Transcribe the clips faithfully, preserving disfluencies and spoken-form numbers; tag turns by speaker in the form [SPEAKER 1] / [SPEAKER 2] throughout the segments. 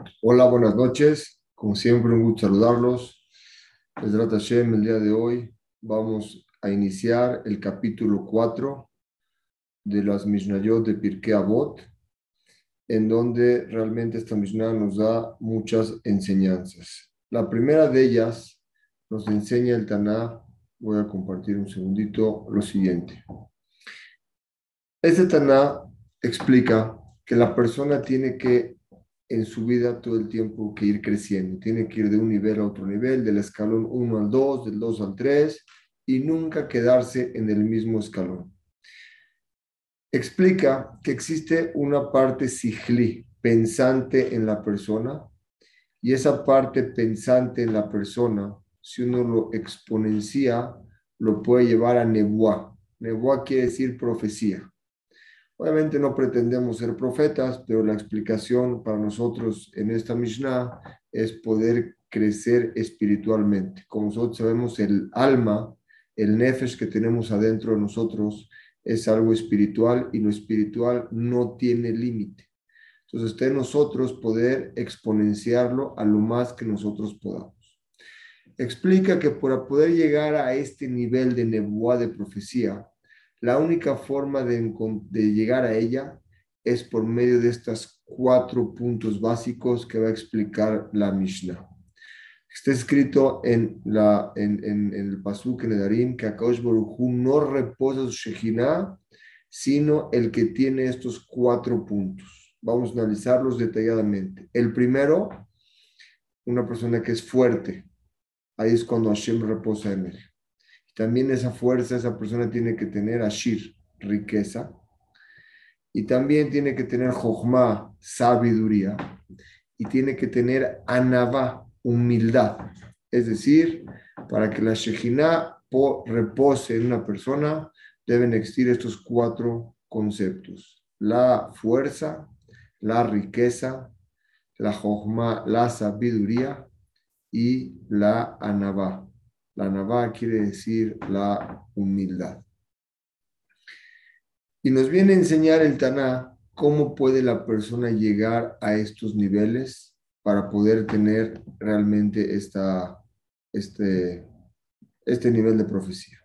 [SPEAKER 1] Hola, buenas noches. Como siempre, un gusto saludarlos. Besrat Hashem, el día de hoy vamos a iniciar el capítulo cuatro de las Mishnayot de Pirkei Avot, en donde realmente esta Mishnah nos da muchas enseñanzas. La primera de ellas nos enseña el Taná. Voy a compartir un segundito lo siguiente. Este Taná explica que la persona tiene que en su vida todo el tiempo que ir creciendo, tiene que ir de un nivel a otro nivel, del escalón uno al dos, del dos al tres, y nunca quedarse en el mismo escalón. Explica que existe una parte sijli, pensante en la persona, y esa parte pensante en la persona, si uno lo exponencia, lo puede llevar a nebuá. Nebuá quiere decir profecía. Obviamente no pretendemos ser profetas, pero la explicación para nosotros en esta Mishnah es poder crecer espiritualmente. Como nosotros sabemos, el alma, el nefesh que tenemos adentro de nosotros es algo espiritual y lo espiritual no tiene límite. Entonces está en nosotros poder exponenciarlo a lo más que nosotros podamos. Explica que para poder llegar a este nivel de nebuá de profecía, la única forma de, de llegar a ella es por medio de estos cuatro puntos básicos que va a explicar la Mishnah. Está escrito en, la, en, en, en el Pasuk en Nedarim que Akadosh Baruj Hu no reposa su Shejinah, sino el que tiene estos cuatro puntos. Vamos a analizarlos detalladamente. El primero, una persona que es fuerte. Ahí es cuando Hashem reposa en él. También esa fuerza, esa persona tiene que tener ashir, riqueza. Y también tiene que tener jochma, sabiduría. Y tiene que tener anavá, humildad. Es decir, para que la Shejinah repose en una persona, deben existir estos cuatro conceptos. La fuerza, la riqueza, la jochma, la sabiduría y la anavá. La anavá quiere decir la humildad. Y nos viene a enseñar el Taná cómo puede la persona llegar a estos niveles para poder tener realmente esta, este, este nivel de profecía.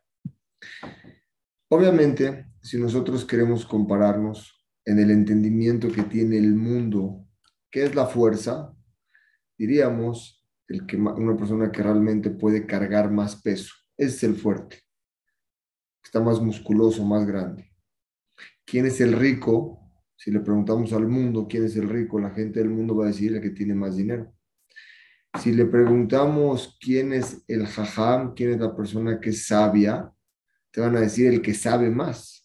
[SPEAKER 1] Obviamente, si nosotros queremos compararnos en el entendimiento que tiene el mundo, ¿qué es la fuerza? Diríamos el que, una persona que realmente puede cargar más peso. Ese es el fuerte. Está más musculoso, más grande. ¿Quién es el rico? Si le preguntamos al mundo quién es el rico, la gente del mundo va a decir el que tiene más dinero. Si le preguntamos quién es el jajam, quién es la persona que es sabia, te van a decir el que sabe más.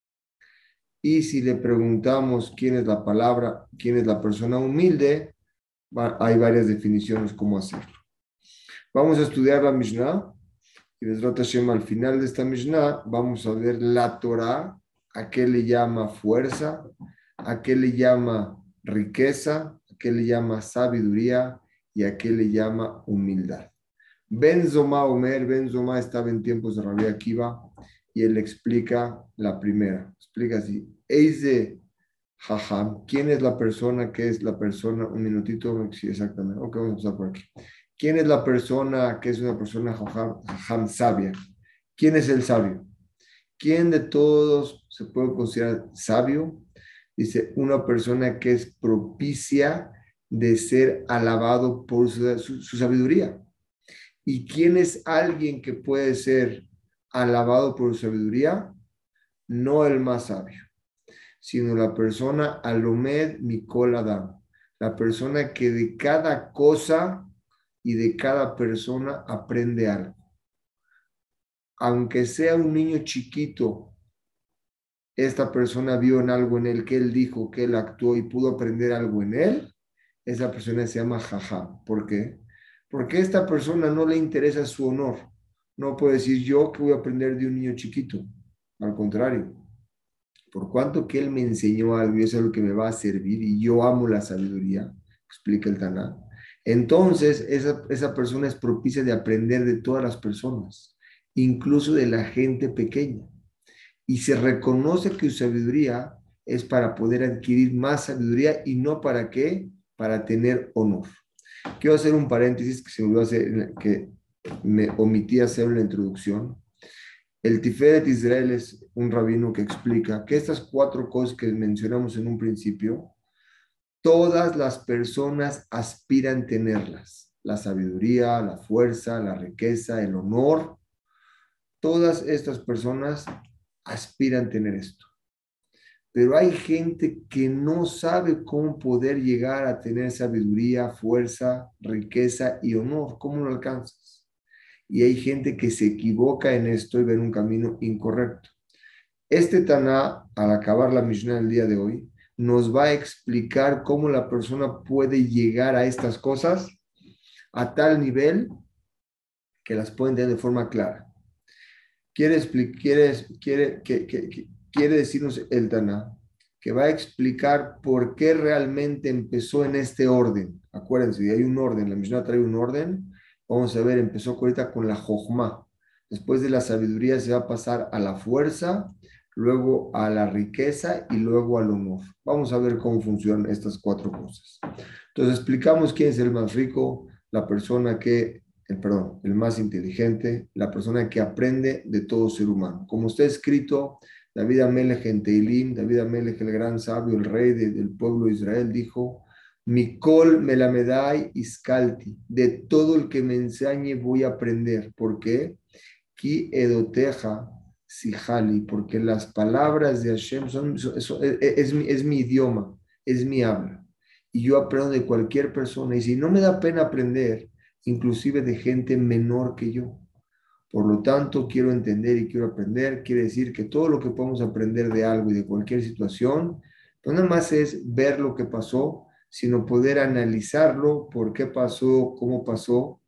[SPEAKER 1] Y si le preguntamos quién es la palabra, quién es la persona humilde, va, hay varias definiciones cómo hacerlo. Vamos a estudiar la Mishnah y Bezrat Hashem, al final de esta Mishnah vamos a ver la Torah, a qué le llama fuerza, a qué le llama riqueza, a qué le llama sabiduría y a qué le llama humildad. Ben Zoma Omer, Ben Zoma estaba en tiempos de Rabbi Akiva y él explica la primera. Explica así: Eize Jajam, ¿quién es la persona que es la persona? Un minutito, sí, exactamente. Ok, vamos a empezar por aquí. ¿Quién es la persona que es una persona jajam, jajam sabia? ¿Quién es el sabio? ¿Quién de todos se puede considerar sabio? Dice, una persona que es propicia de ser alabado por su, su, su sabiduría. ¿Y quién es alguien que puede ser alabado por su sabiduría? No el más sabio, sino la persona alomed mikol adam, la persona que de cada cosa y de cada persona aprende algo. Aunque sea un niño chiquito, esta persona vio en algo en él que él dijo, que él actuó y pudo aprender algo en él, esa persona se llama jajá. ¿Por qué? Porque a esta persona no le interesa su honor. No puede decir yo que voy a aprender de un niño chiquito. Al contrario, por cuanto que él me enseñó algo y eso es lo que me va a servir y yo amo la sabiduría, explica el Taná, entonces esa, esa persona es propicia de aprender de todas las personas, incluso de la gente pequeña. Y se reconoce que su sabiduría es para poder adquirir más sabiduría y no para qué, para tener honor. Quiero hacer un paréntesis que se me olvidó hacer, que me omití hacer en la introducción. El Tiferet Israel es un rabino que explica que estas cuatro cosas que mencionamos en un principio, todas las personas aspiran tenerlas. La sabiduría, la fuerza, la riqueza, el honor. Todas estas personas aspiran tener esto. Pero hay gente que no sabe cómo poder llegar a tener sabiduría, fuerza, riqueza y honor. ¿Cómo lo alcanzas? Y hay gente que se equivoca en esto y ven un camino incorrecto. Este Taná, al acabar la Mishnah del día de hoy, nos va a explicar cómo la persona puede llegar a estas cosas a tal nivel que las pueden tener de forma clara. Quiere, quiere, quiere, que, que, que, quiere decirnos el Taná que va a explicar por qué realmente empezó en este orden. Acuérdense, hay un orden, la Mishnah trae un orden. Vamos a ver, empezó ahorita con la Jochma. Después de la sabiduría se va a pasar a la fuerza, luego a la riqueza y luego al honor. Vamos a ver cómo funcionan estas cuatro cosas. Entonces explicamos quién es el más rico, la persona que, el, perdón, el más inteligente, la persona que aprende de todo ser humano. Como está escrito, David Amelech en Teilim, David Amelech, el gran sabio, el rey de, del pueblo de Israel, dijo: Mikol melamedai iskalti, de todo el que me enseñe voy a aprender. ¿Por qué? Ki edoteja sijali, porque las palabras de Hashem son, son, son es, es, mi, es mi idioma, es mi habla. Y yo aprendo de cualquier persona. Y si no me da pena aprender, inclusive de gente menor que yo. Por lo tanto, quiero entender y quiero aprender. Quiere decir que todo lo que podemos aprender de algo y de cualquier situación, no nada más es ver lo que pasó, sino poder analizarlo, por qué pasó, cómo pasó.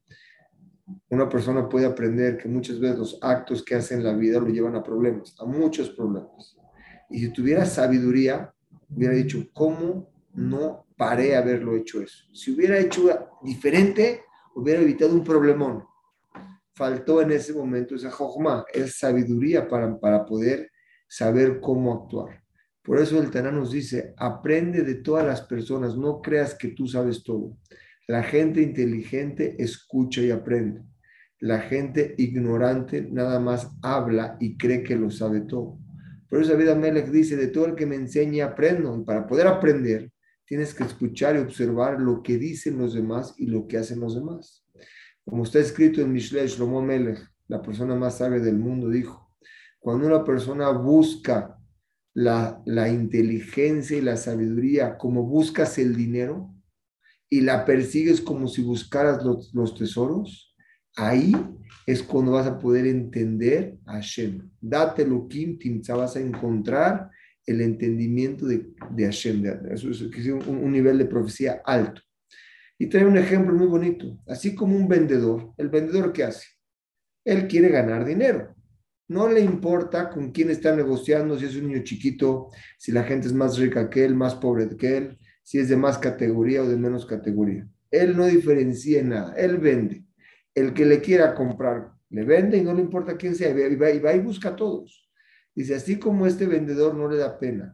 [SPEAKER 1] Una persona puede aprender que muchas veces los actos que hace en la vida lo llevan a problemas, a muchos problemas. Y si tuviera sabiduría, hubiera dicho, ¿cómo no paré haberlo hecho eso? Si hubiera hecho diferente, hubiera evitado un problemón. Faltó en ese momento esa jojma, esa sabiduría para, para poder saber cómo actuar. Por eso el Taná nos dice, aprende de todas las personas, no creas que tú sabes todo. La gente inteligente escucha y aprende. La gente ignorante nada más habla y cree que lo sabe todo. Por eso David Amelech dice, de todo el que me enseñe aprendo. Y para poder aprender, tienes que escuchar y observar lo que dicen los demás y lo que hacen los demás. Como está escrito en Mishlei, Shlomo Melech, la persona más sabia del mundo, dijo, cuando una persona busca la, la inteligencia y la sabiduría como buscas el dinero y la persigues como si buscaras los, los tesoros, ahí es cuando vas a poder entender a Hashem. Date lo Kim Timtza, vas a encontrar el entendimiento de, de Hashem. De, eso es, es un, un nivel de profecía alto. Y trae un ejemplo muy bonito. Así como un vendedor, ¿el vendedor qué hace? Él quiere ganar dinero. No le importa con quién está negociando, si es un niño chiquito, si la gente es más rica que él, más pobre que él, si es de más categoría o de menos categoría. Él no diferencia en nada, él vende. El que le quiera comprar, le vende y no le importa quién sea, y va y, va y busca a todos. Dice, así como este vendedor no le da pena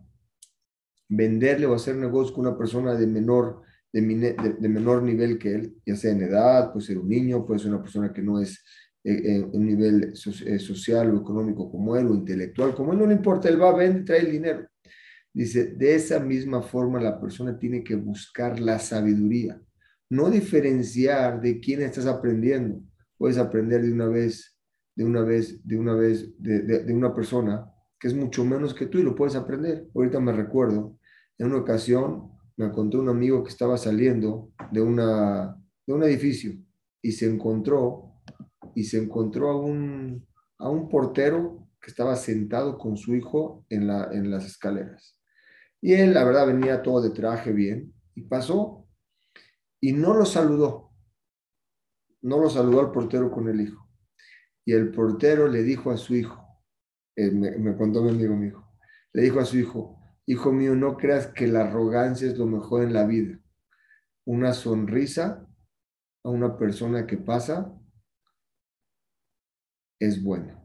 [SPEAKER 1] venderle o hacer negocio con una persona de menor, de, de, de menor nivel que él, ya sea en edad, puede ser un niño, puede ser una persona que no es eh, en un nivel so, eh, social o económico como él, o intelectual como él, no le importa, él va, vende y trae el dinero. Dice, de esa misma forma la persona tiene que buscar la sabiduría, no diferenciar de quién estás aprendiendo. Puedes aprender de una vez, de una vez, de una vez, de, de, de una persona que es mucho menos que tú y lo puedes aprender. Ahorita me recuerdo, en una ocasión me contó un amigo que estaba saliendo de, una, de un edificio y se encontró, y se encontró a un, a un portero que estaba sentado con su hijo en, la, en las escaleras. Y él, la verdad, venía todo de traje bien y pasó y no lo saludó, no lo saludó al portero con el hijo. Y el portero le dijo a su hijo, eh, me, me contó mi amigo, mi hijo, le dijo a su hijo, hijo mío, no creas que la arrogancia es lo mejor en la vida. Una sonrisa a una persona que pasa es buena.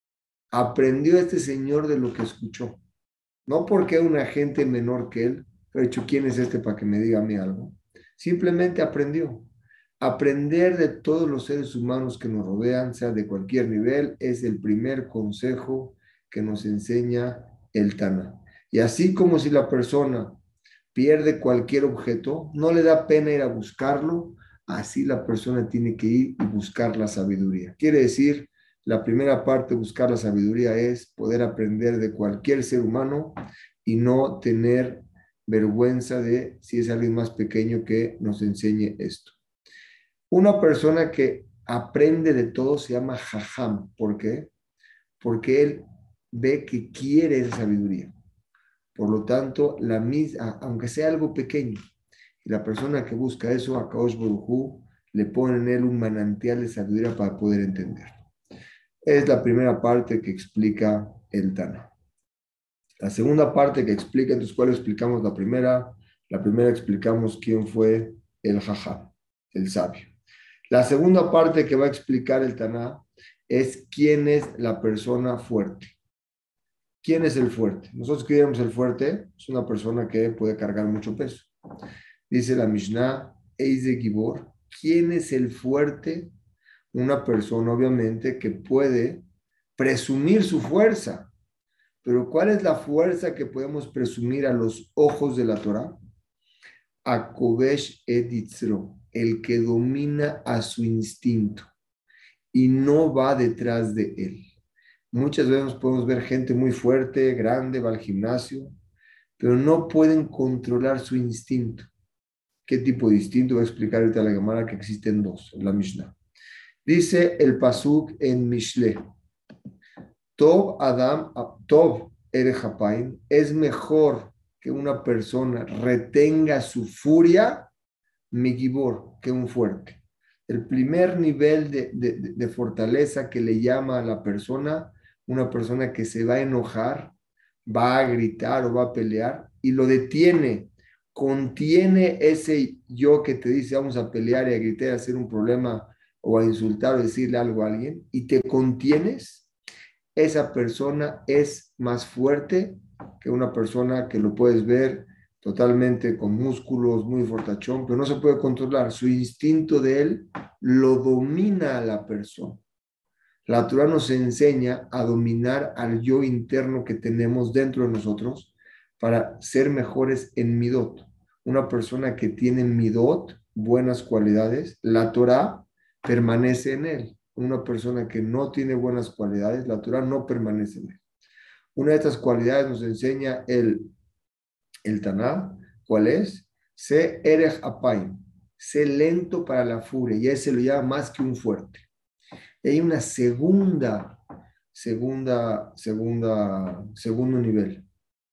[SPEAKER 1] Aprendió este señor de lo que escuchó. No porque una gente menor que él, Pero he dicho, ¿quién es este para que me diga a mí algo? Simplemente aprendió. Aprender de todos los seres humanos que nos rodean, sea de cualquier nivel, es el primer consejo que nos enseña el Tana. Y así como si la persona pierde cualquier objeto, no le da pena ir a buscarlo, así la persona tiene que ir y buscar la sabiduría. Quiere decir, la primera parte de buscar la sabiduría es poder aprender de cualquier ser humano y no tener vergüenza de si es alguien más pequeño que nos enseñe esto. Una persona que aprende de todo se llama jajam. ¿Por qué? Porque él ve que quiere esa sabiduría. Por lo tanto, la misma, aunque sea algo pequeño, y la persona que busca eso, a Kaosh Baruj Hu, le pone en él un manantial de sabiduría para poder entender. Es la primera parte que explica el Tana. La segunda parte que explica, entonces, ¿cuál explicamos la primera? La primera explicamos quién fue el Jajam, el sabio. La segunda parte que va a explicar el Taná es quién es la persona fuerte. ¿Quién es el fuerte? Nosotros creemos el fuerte es una persona que puede cargar mucho peso. Dice la Mishnah, Eize Gibor, ¿quién es el fuerte? Una persona, obviamente, que puede presumir su fuerza. Pero ¿cuál es la fuerza que podemos presumir a los ojos de la Torah? Akovesh Editzro, el que domina a su instinto y no va detrás de él. Muchas veces podemos ver gente muy fuerte, grande, va al gimnasio, pero no pueden controlar su instinto. ¿Qué tipo de instinto? Va a explicar ahorita la Gemara que existen dos en la Mishnah. Dice el Pasuk en Mishle, Tov Adam, Tov Erejapaim, es mejor que una persona retenga su furia, Migibor, que un fuerte. El primer nivel de, de, de fortaleza que le llama a la persona, una persona que se va a enojar, va a gritar o va a pelear y lo detiene, contiene ese yo que te dice vamos a pelear y a gritar, a hacer un problema o a insultar o decirle algo a alguien y te contienes, esa persona es más fuerte que una persona que lo puedes ver totalmente con músculos, muy fortachón, pero no se puede controlar. Su instinto de él lo domina a la persona. La Torah nos enseña a dominar al yo interno que tenemos dentro de nosotros para ser mejores en midot. Una persona que tiene midot, buenas cualidades, la Torah permanece en él. Una persona que no tiene buenas cualidades, la Torah no permanece en él. Una de estas cualidades nos enseña el, el Taná. ¿Cuál es? Sé erech apaim, sé lento para la furia, y ese lo llama más que un fuerte. Y hay una segunda, segunda, segunda, segundo nivel.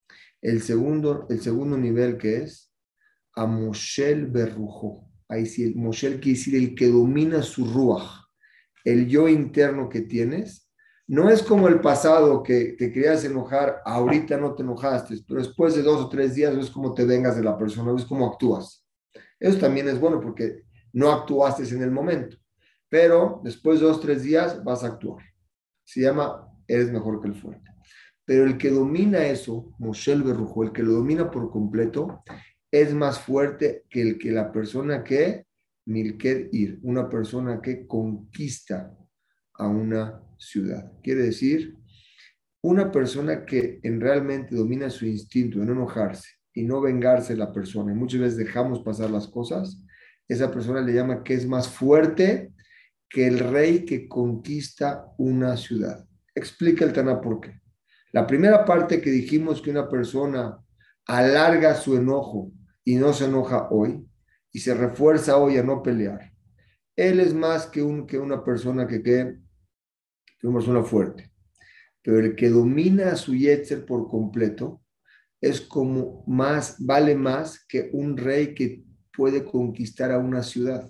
[SPEAKER 1] El segundo, el segundo nivel que es a Moshel Berrujo. Ahí sí, el Moshel quiere decir el que domina su ruach, el yo interno que tienes. No es como el pasado que te querías enojar, ahorita no te enojaste, pero después de dos o tres días ves cómo te vengas de la persona, ves cómo actúas. Eso también es bueno porque no actuaste en el momento, pero después de dos o tres días vas a actuar. Se llama, eres mejor que el fuerte. Pero el que domina eso, Moshe Berrujo, el que lo domina por completo, es más fuerte que el que la persona que, Milked Ir, una persona que conquista a una ciudad. Quiere decir, una persona que en realmente domina su instinto de no enojarse y no vengarse de la persona, y muchas veces dejamos pasar las cosas, esa persona le llama que es más fuerte que el rey que conquista una ciudad. Explica el Taná por qué. La primera parte que dijimos que una persona alarga su enojo y no se enoja hoy y se refuerza hoy a no pelear. Él es más que, un, que una persona que, que, que una persona fuerte. Pero el que domina a su yetzer por completo es como más, vale más que un rey que puede conquistar a una ciudad.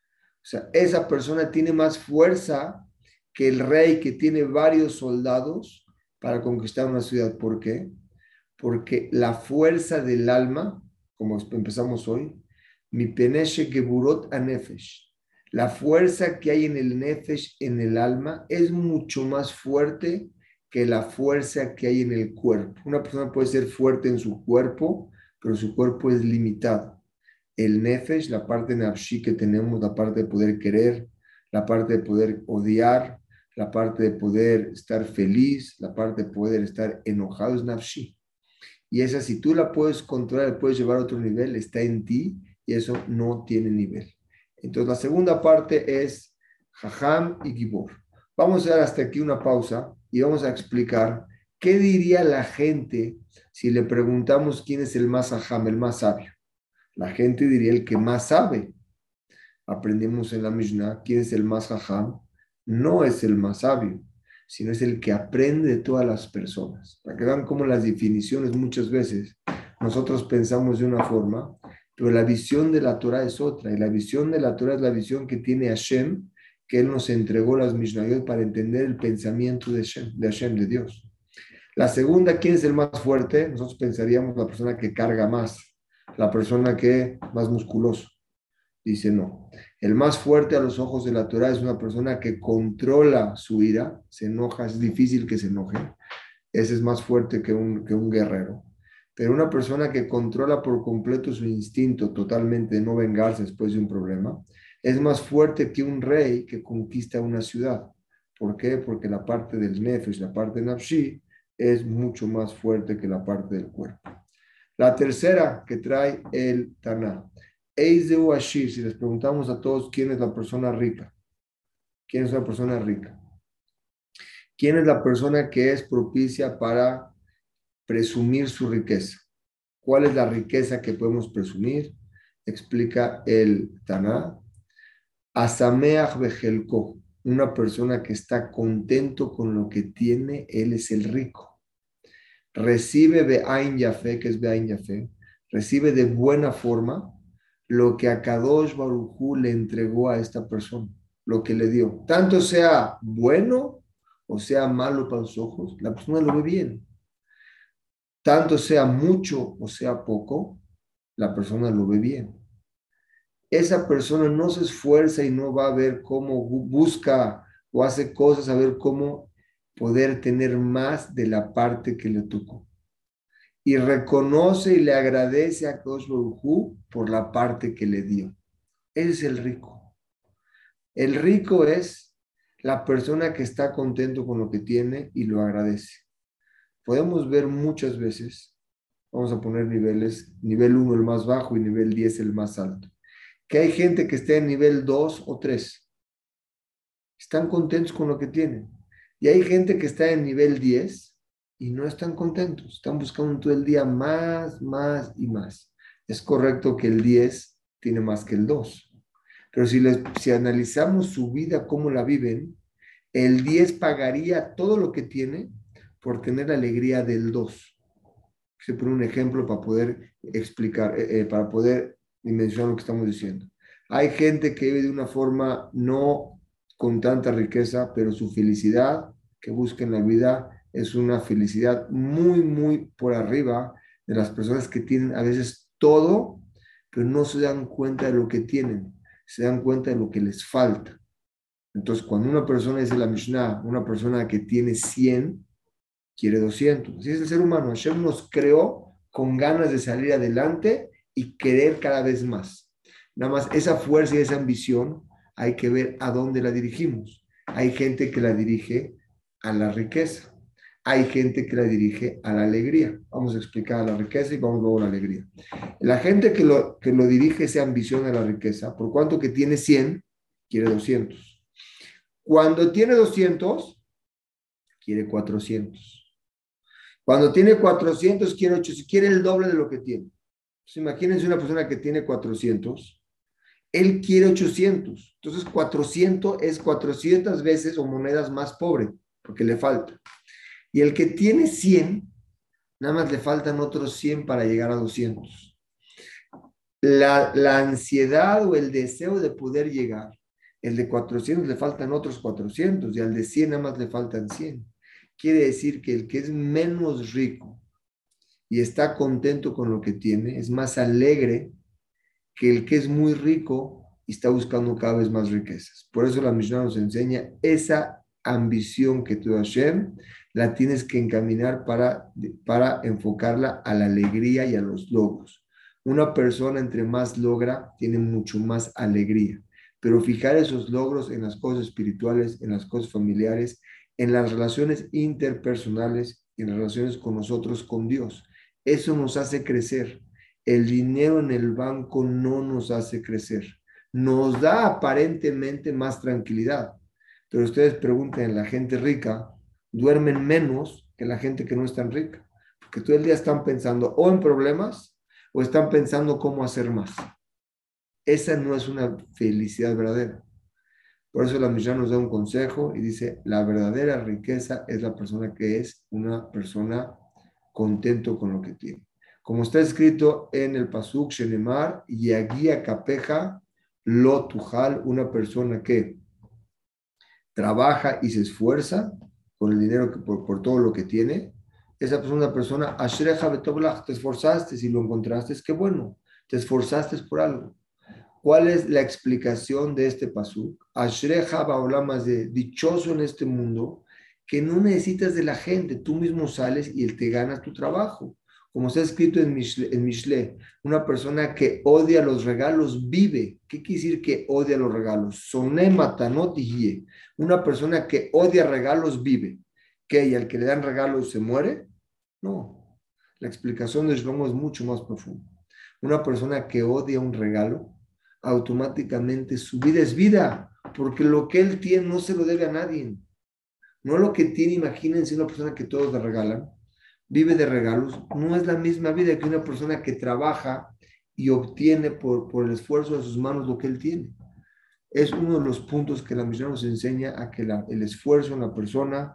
[SPEAKER 1] O sea, esa persona tiene más fuerza que el rey que tiene varios soldados para conquistar una ciudad. ¿Por qué? Porque la fuerza del alma, como empezamos hoy, mi peneshe geburot a nefesh, la fuerza que hay en el nefesh, en el alma, es mucho más fuerte que la fuerza que hay en el cuerpo. Una persona puede ser fuerte en su cuerpo, pero su cuerpo es limitado. El nefesh, la parte nafshi que tenemos, la parte de poder querer, la parte de poder odiar, la parte de poder estar feliz, la parte de poder estar enojado es nafshi. Y esa, si tú la puedes controlar, la puedes llevar a otro nivel, está en ti y eso no tiene nivel. Entonces, la segunda parte es Jajam y Gibor. Vamos a dar hasta aquí una pausa y vamos a explicar qué diría la gente si le preguntamos quién es el más Jajam, el más sabio. La gente diría el que más sabe. Aprendimos en la Mishnah quién es el más Jajam. No es el más sabio, sino es el que aprende de todas las personas. Para que vean cómo las definiciones muchas veces nosotros pensamos de una forma, pero la visión de la Torah es otra. Y la visión de la Torah es la visión que tiene Hashem, que Él nos entregó las Mishnayot para entender el pensamiento de Hashem, de Hashem, de Dios. La segunda, ¿quién es el más fuerte? Nosotros pensaríamos la persona que carga más, la persona que es más musculoso. Dice no. El más fuerte a los ojos de la Torah es una persona que controla su ira, se enoja, es difícil que se enoje. Ese es más fuerte que un, que un guerrero. Pero una persona que controla por completo su instinto totalmente de no vengarse después de un problema, es más fuerte que un rey que conquista una ciudad. ¿Por qué? Porque la parte del nefesh, la parte nafshi, es mucho más fuerte que la parte del cuerpo. La tercera que trae el Taná. Eizeu Ashir, si les preguntamos a todos quién es la persona rica, quién es la persona rica, quién es la persona que es propicia para presumir su riqueza, cuál es la riqueza que podemos presumir, explica el Taná. Asameach Bejelko, una persona que está contento con lo que tiene, él es el rico. Recibe Be'ain Yafé, que es Be'ain Yafé, recibe de buena forma lo que a Kadosh Baruj Hu le entregó a esta persona, lo que le dio. Tanto sea bueno o sea malo para los ojos, la persona lo ve bien. Tanto sea mucho o sea poco, la persona lo ve bien. Esa persona no se esfuerza y no va a ver cómo busca o hace cosas a ver cómo poder tener más de la parte que le tocó. Y reconoce y le agradece a Kadosh Baruj Hu por la parte que le dio. Ese es el rico. El rico es la persona que está contento con lo que tiene y lo agradece. Podemos ver muchas veces, vamos a poner niveles, nivel uno el más bajo y nivel diez el más alto, que hay gente que está en nivel dos o tres. Están contentos con lo que tienen. Y hay gente que está en nivel diez y no están contentos. Están buscando todo el día más, más y más. Es correcto que el diez tiene más que el dos. Pero si, les, si analizamos su vida, cómo la viven, el diez pagaría todo lo que tiene por tener la alegría del dos. Se pone un ejemplo para poder explicar, eh, eh, para poder dimensionar lo que estamos diciendo. Hay gente que vive de una forma no con tanta riqueza, pero su felicidad que busca en la vida es una felicidad muy, muy por arriba de las personas que tienen a veces todo, pero no se dan cuenta de lo que tienen, se dan cuenta de lo que les falta. Entonces, cuando una persona dice la Mishnah, una persona que tiene cien, quiere doscientos. Así es el ser humano. Hashem nos creó con ganas de salir adelante y querer cada vez más. Nada más esa fuerza y esa ambición hay que ver a dónde la dirigimos. Hay gente que la dirige a la riqueza. Hay gente que la dirige a la alegría. Vamos a explicar la riqueza y vamos luego a la alegría. La gente que lo, que lo dirige esa ambición a la riqueza, por cuanto que tiene cien, quiere doscientos. Cuando tiene doscientos, quiere cuatrocientos. Cuando tiene cuatrocientos, quiere ochocientos, quiere el doble de lo que tiene. Entonces, imagínense una persona que tiene cuatrocientos, él quiere ochocientos. Entonces, cuatrocientos es cuatrocientas veces o monedas más pobre, porque le falta. Y el que tiene cien, nada más le faltan otros cien para llegar a doscientos. La, la ansiedad o el deseo de poder llegar, el de cuatrocientos le faltan otros cuatrocientos y al de cien nada más le faltan cien. Quiere decir que el que es menos rico y está contento con lo que tiene es más alegre que el que es muy rico y está buscando cada vez más riquezas. Por eso la Mishnah nos enseña esa ambición que tuvo Hashem la tienes que encaminar para, para enfocarla a la alegría y a los logros. Una persona entre más logra, tiene mucho más alegría, pero fijar esos logros en las cosas espirituales, en las cosas familiares, en las relaciones interpersonales, en las relaciones con nosotros, con Dios. Eso nos hace crecer. El dinero en el banco no nos hace crecer. Nos da aparentemente más tranquilidad, pero ustedes pregunten, la gente rica duermen menos que la gente que no es tan rica, porque todo el día están pensando o en problemas o están pensando cómo hacer más. Esa no es una felicidad verdadera. Por eso la Mishnah nos da un consejo y dice, la verdadera riqueza es la persona que es una persona contento con lo que tiene. Como está escrito en el Pasuk Shenemar, Yagia Kapeja Lo Tujal, una persona que trabaja y se esfuerza con el dinero que, por, por todo lo que tiene, esa persona, una persona, Ashreja Betoblach, te esforzaste, si lo encontraste, es que bueno, te esforzaste por algo. ¿Cuál es la explicación de este pasuk? Ashreja Baolamas de dichoso en este mundo, que no necesitas de la gente, tú mismo sales y él te gana tu trabajo. Como está escrito en Mishle, en Mishle, una persona que odia los regalos vive. ¿Qué quiere decir que odia los regalos? Soné matanot yie. Una persona que odia regalos vive. ¿Qué? ¿Y al que le dan regalos se muere? No. La explicación de Shlomo es mucho más profunda. Una persona que odia un regalo, automáticamente su vida es vida, porque lo que él tiene no se lo debe a nadie. No lo que tiene, imagínense una persona que todos le regalan, vive de regalos, no es la misma vida que una persona que trabaja y obtiene por, por el esfuerzo de sus manos lo que él tiene. Es uno de los puntos que la misión nos enseña a que la, el esfuerzo en la persona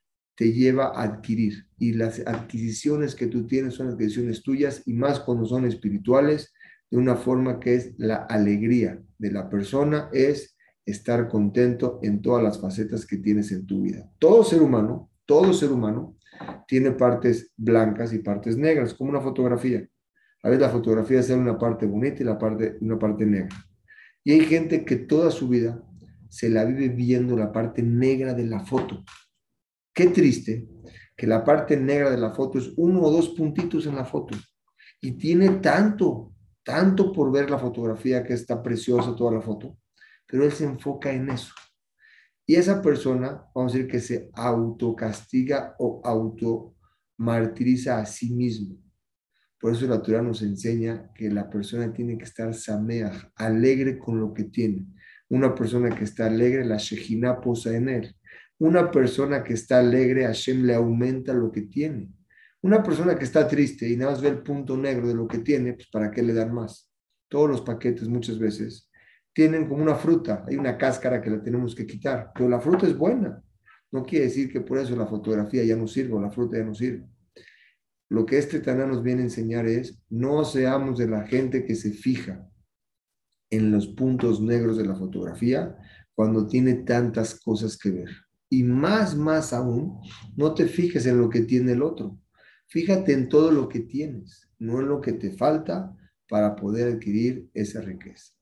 [SPEAKER 1] te lleva a adquirir. Y las adquisiciones que tú tienes son adquisiciones tuyas y más cuando son espirituales, de una forma que es la alegría de la persona, es estar contento en todas las facetas que tienes en tu vida. Todo ser humano, todo ser humano tiene partes blancas y partes negras, como una fotografía. A veces la fotografía es una parte bonita y la parte, una parte negra. Y hay gente que toda su vida se la vive viendo la parte negra de la foto. Qué triste que la parte negra de la foto es uno o dos puntitos en la foto. Y tiene tanto, tanto por ver la fotografía, que está preciosa toda la foto, pero él se enfoca en eso. Y esa persona, vamos a decir que se autocastiga o automartiriza a sí mismo. Por eso la Torah nos enseña que la persona tiene que estar sameach, alegre con lo que tiene. Una persona que está alegre, la Shejina posa en él. Una persona que está alegre, Hashem le aumenta lo que tiene. Una persona que está triste y nada más ve el punto negro de lo que tiene, pues ¿para qué le dan más? Todos los paquetes muchas veces tienen como una fruta, hay una cáscara que la tenemos que quitar, pero la fruta es buena. No quiere decir que por eso la fotografía ya no sirve o la fruta ya no sirve. Lo que este Taná nos viene a enseñar es, no seamos de la gente que se fija en los puntos negros de la fotografía cuando tiene tantas cosas que ver. Y más, más aún, no te fijes en lo que tiene el otro. Fíjate en todo lo que tienes, no en lo que te falta para poder adquirir esa riqueza.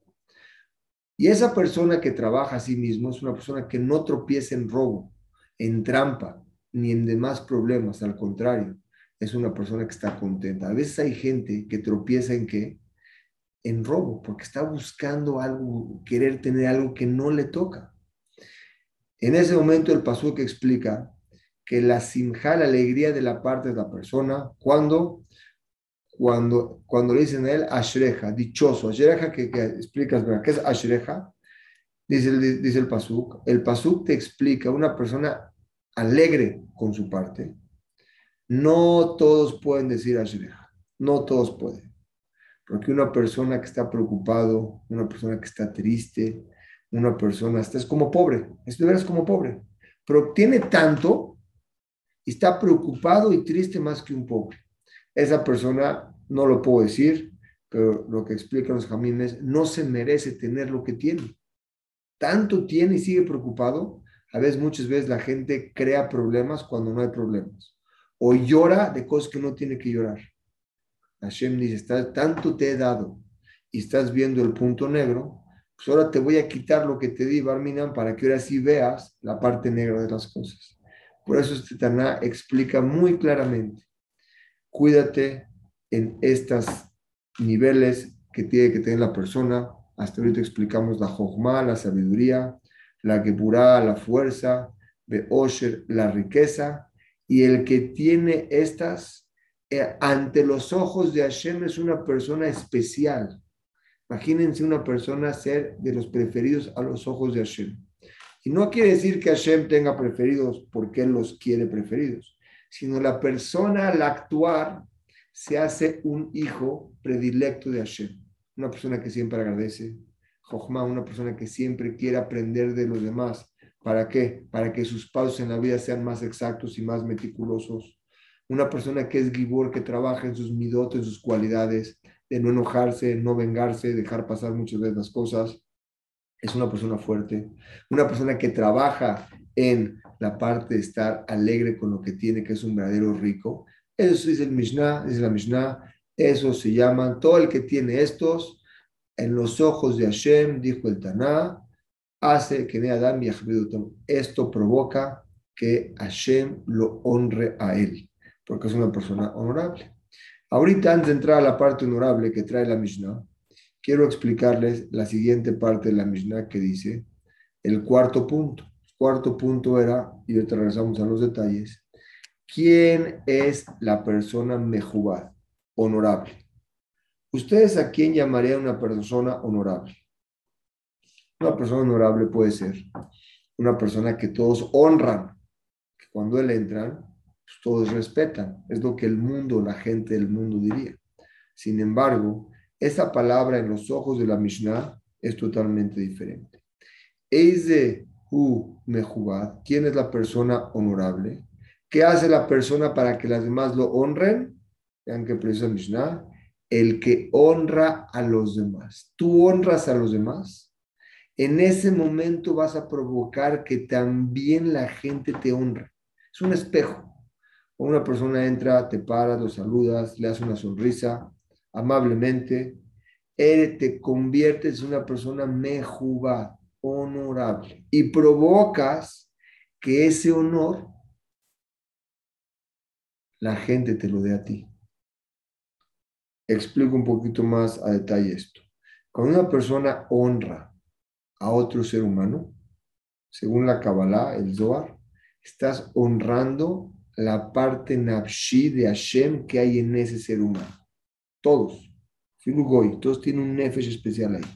[SPEAKER 1] Y esa persona que trabaja a sí mismo es una persona que no tropieza en robo, en trampa, ni en demás problemas. Al contrario, es una persona que está contenta. A veces hay gente que tropieza en qué? En robo, porque está buscando algo, querer tener algo que no le toca. En ese momento el pasuk explica que la simja, la alegría de la parte de la persona, cuando cuando, cuando le dicen a él Ashreja, dichoso, Ashreja, que, que explicas, ¿verdad? ¿Qué es Ashreja? Dice, el- dice el pasuk, el pasuk te explica una persona alegre con su parte. No todos pueden decir Ashreja, no todos pueden. Porque una persona que está preocupado, una persona que está triste, una persona, está, es como pobre, es de veras como pobre, pero tiene tanto y está preocupado y triste más que un pobre. Esa persona, no lo puedo decir, pero lo que explican los jamines, no se merece tener lo que tiene. Tanto tiene y sigue preocupado. A veces, muchas veces la gente crea problemas cuando no hay problemas. O llora de cosas que no tiene que llorar. Hashem dice, está, tanto te he dado y estás viendo el punto negro, pues ahora te voy a quitar lo que te di, Barminan, para que ahora sí veas la parte negra de las cosas. Por eso este Taná explica muy claramente, cuídate en estos niveles que tiene que tener la persona. Hasta ahorita explicamos la Jochma, la sabiduría, la Geburá, la fuerza, Beosher, la riqueza, y el que tiene estas eh, ante los ojos de Hashem es una persona especial. Imagínense una persona ser de los preferidos a los ojos de Hashem. Y no quiere decir que Hashem tenga preferidos porque Él los quiere preferidos, sino la persona al actuar se hace un hijo predilecto de Hashem. Una persona que siempre agradece. Jochma, una persona que siempre quiere aprender de los demás. ¿Para qué? Para que sus pasos en la vida sean más exactos y más meticulosos. Una persona que es gibor, que trabaja en sus midot, en sus cualidades, de no enojarse, no vengarse, dejar pasar muchas veces las cosas. Es una persona fuerte, una persona que trabaja en la parte de estar alegre con lo que tiene, que es un verdadero rico. Eso es el Mishnah, es la Mishnah, eso se llaman, todo el que tiene estos, en los ojos de Hashem, dijo el Taná, hace que ne Adam y esto provoca que Hashem lo honre a él, porque es una persona honorable. Ahorita, antes de entrar a la parte honorable que trae la Mishnah, quiero explicarles la siguiente parte de la Mishnah que dice el cuarto punto. El cuarto punto era, y ahorita regresamos a los detalles, ¿quién es la persona mejubad, honorable? ¿Ustedes a quién llamarían una persona honorable? Una persona honorable puede ser una persona que todos honran, que cuando él entra, pues todos respetan. Es lo que el mundo, la gente del mundo diría. Sin embargo, esa palabra en los ojos de la Mishnah es totalmente diferente. Eize hu mejubad, ¿quién es la persona honorable? ¿Qué hace la persona para que las demás lo honren? Vean que precisa Mishnah. El que honra a los demás. Tú honras a los demás. En ese momento vas a provocar que también la gente te honre. Es un espejo. Una persona entra, te paras, lo saludas, le haces una sonrisa amablemente, él te conviertes en una persona mejubá, honorable, y provocas que ese honor la gente te lo dé a ti. Explico un poquito más a detalle esto. Cuando una persona honra a otro ser humano, según la Kabbalah, el Zohar, estás honrando la parte nafshi de Hashem que hay en ese ser humano. Todos. Filugoy, todos tienen un nefesh especial ahí.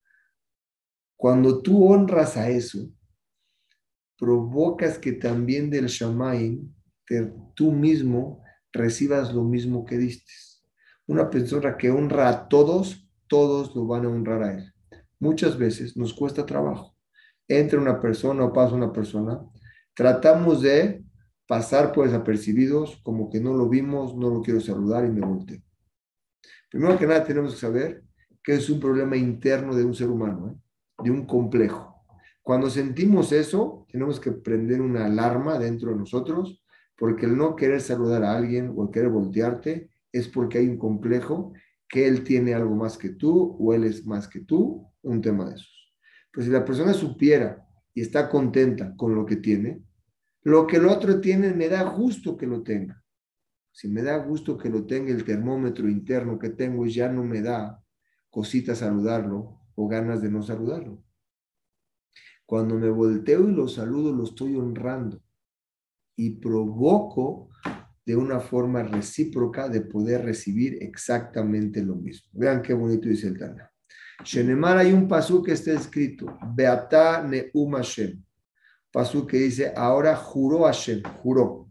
[SPEAKER 1] Cuando tú honras a eso, provocas que también del Shamayim tú mismo recibas lo mismo que diste. Una persona que honra a todos, todos lo van a honrar a él. Muchas veces nos cuesta trabajo. Entra una persona o pasa una persona, tratamos de pasar por desapercibidos, como que no lo vimos, no lo quiero saludar y me volteo. Primero que nada tenemos que saber que es un problema interno de un ser humano, ¿eh? De un complejo. Cuando sentimos eso, tenemos que prender una alarma dentro de nosotros, porque el no querer saludar a alguien o el querer voltearte es porque hay un complejo que él tiene algo más que tú o él es más que tú, un tema de esos. Pues si la persona supiera y está contenta con lo que tiene, lo que el otro tiene me da gusto que lo tenga. Si me da gusto que lo tenga, el termómetro interno que tengo ya no me da cosita saludarlo o ganas de no saludarlo. Cuando me volteo y lo saludo, lo estoy honrando y provoco de una forma recíproca de poder recibir exactamente lo mismo. Vean qué bonito dice el Tana. Shenemar, hay un pasú que está escrito, Beata Neum Hashem. Pasú que dice, ahora juró Hashem, juró.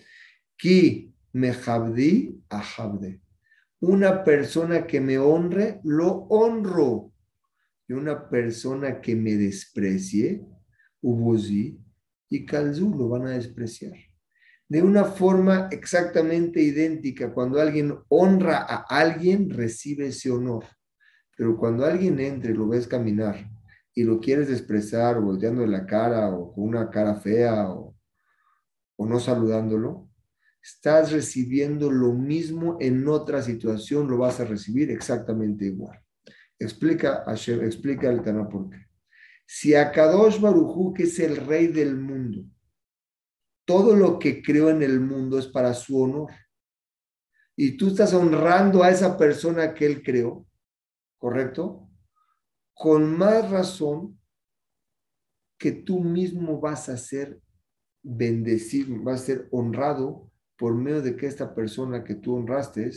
[SPEAKER 1] Ki mejabdi ahabde. Una persona que me honre, lo honro. Y una persona que me desprecie, ubuzi y kalzu, lo van a despreciar. De una forma exactamente idéntica, cuando alguien honra a alguien, recibe ese honor. Pero cuando alguien entra y lo ves caminar y lo quieres despreciar, volteando la cara o con una cara fea o, o no saludándolo, estás recibiendo lo mismo en otra situación, lo vas a recibir exactamente igual. Explica, Hashem, explica el Tana por qué. Si Akadosh Baruj Hu, que es el rey del mundo, todo lo que creó en el mundo es para su honor. Y tú estás honrando a esa persona que él creó, ¿correcto? Con más razón que tú mismo vas a ser bendecido, vas a ser honrado por medio de que esta persona que tú honraste,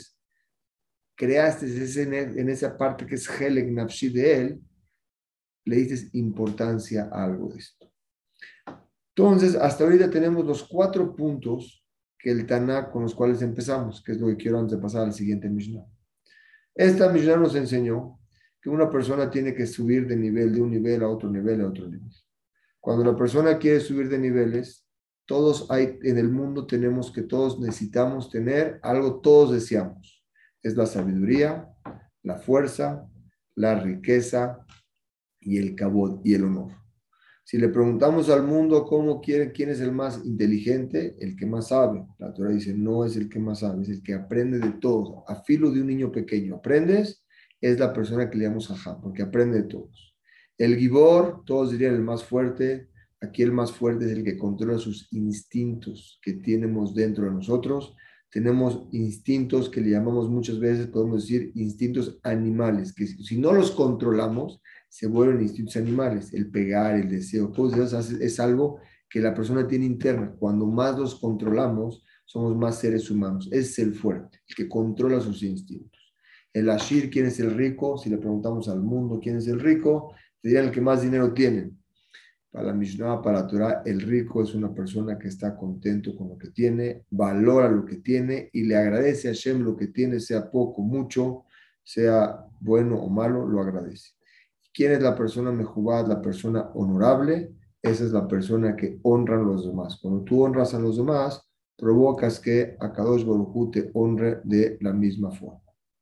[SPEAKER 1] creaste ese, en esa parte que es Helek Nafshi de él, le dices importancia a algo de esto. Entonces, hasta ahorita tenemos los cuatro puntos que el Taná con los cuales empezamos, que es lo que quiero antes de pasar al siguiente Mishnah. Esta Mishnah nos enseñó que una persona tiene que subir de nivel, de un nivel a otro nivel, a otro nivel. Cuando la persona quiere subir de niveles, todos hay en el mundo tenemos que todos necesitamos tener algo, todos deseamos. Es la sabiduría, la fuerza, la riqueza y el kabod y el honor. Si le preguntamos al mundo cómo quiere, quién es el más inteligente, el que más sabe. La Torah dice, no es el que más sabe, es el que aprende de todos. A filo de un niño pequeño, aprendes, es la persona que le llamamos ajá, porque aprende de todos. El gibor, todos dirían el más fuerte. Aquí el más fuerte es el que controla sus instintos que tenemos dentro de nosotros. Tenemos instintos que le llamamos muchas veces, podemos decir, instintos animales, que si no los controlamos, se vuelven instintos animales. El pegar, el deseo, todo eso es algo que la persona tiene interna. Cuando más los controlamos, somos más seres humanos. Ese es el fuerte, el que controla sus instintos. El ashir, ¿quién es el rico? Si le preguntamos al mundo quién es el rico, te dirán el que más dinero tiene. Para la Mishnah, para la Torah, el rico es una persona que está contento con lo que tiene, valora lo que tiene y le agradece a Hashem lo que tiene, sea poco, mucho, sea bueno o malo, lo agradece. ¿Quién es la persona mejubad, la persona honorable? Esa es la persona que honra a los demás. Cuando tú honras a los demás, provocas que Akadosh Baruj Hu te honre de la misma forma.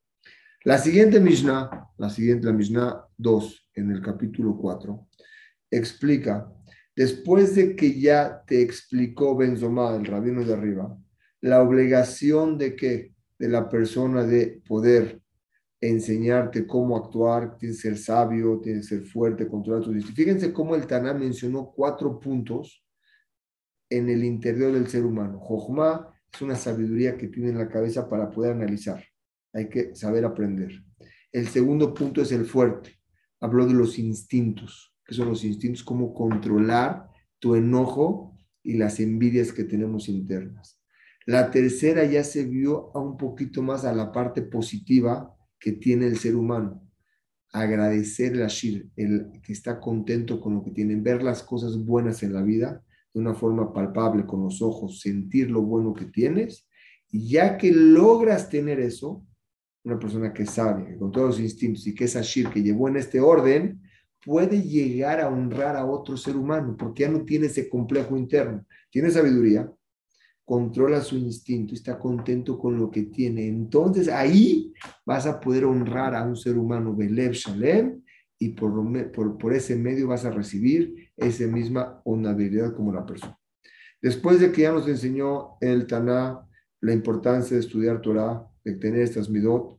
[SPEAKER 1] La siguiente Mishnah, la siguiente, la Mishnah dos, en el capítulo cuatro, explica, después de que ya te explicó Benzomá, el rabino de arriba, la obligación de que de la persona de poder enseñarte cómo actuar, tienes que ser sabio, tienes que ser fuerte, controlar tus instintos. Fíjense cómo el Taná mencionó cuatro puntos en el interior del ser humano. Jochma es una sabiduría que tiene en la cabeza para poder analizar. Hay que saber aprender. El segundo punto es el fuerte. Habló de los instintos. ¿Qué son los instintos? Cómo controlar tu enojo y las envidias que tenemos internas. La tercera ya se vio a un poquito más a la parte positiva que tiene el ser humano. Agradecer el ashir, el que está contento con lo que tiene, ver las cosas buenas en la vida de una forma palpable con los ojos, sentir lo bueno que tienes, y ya que logras tener eso, una persona que sabe, que con todos los instintos y que es ashir, que llevó en este orden, puede llegar a honrar a otro ser humano, porque ya no tiene ese complejo interno, tiene sabiduría, controla su instinto, está contento con lo que tiene. Entonces ahí vas a poder honrar a un ser humano, Belev Shalem, y por, por, por ese medio vas a recibir esa misma honorabilidad como la persona. Después de que ya nos enseñó el Taná la importancia de estudiar Torah, de tener estas midot,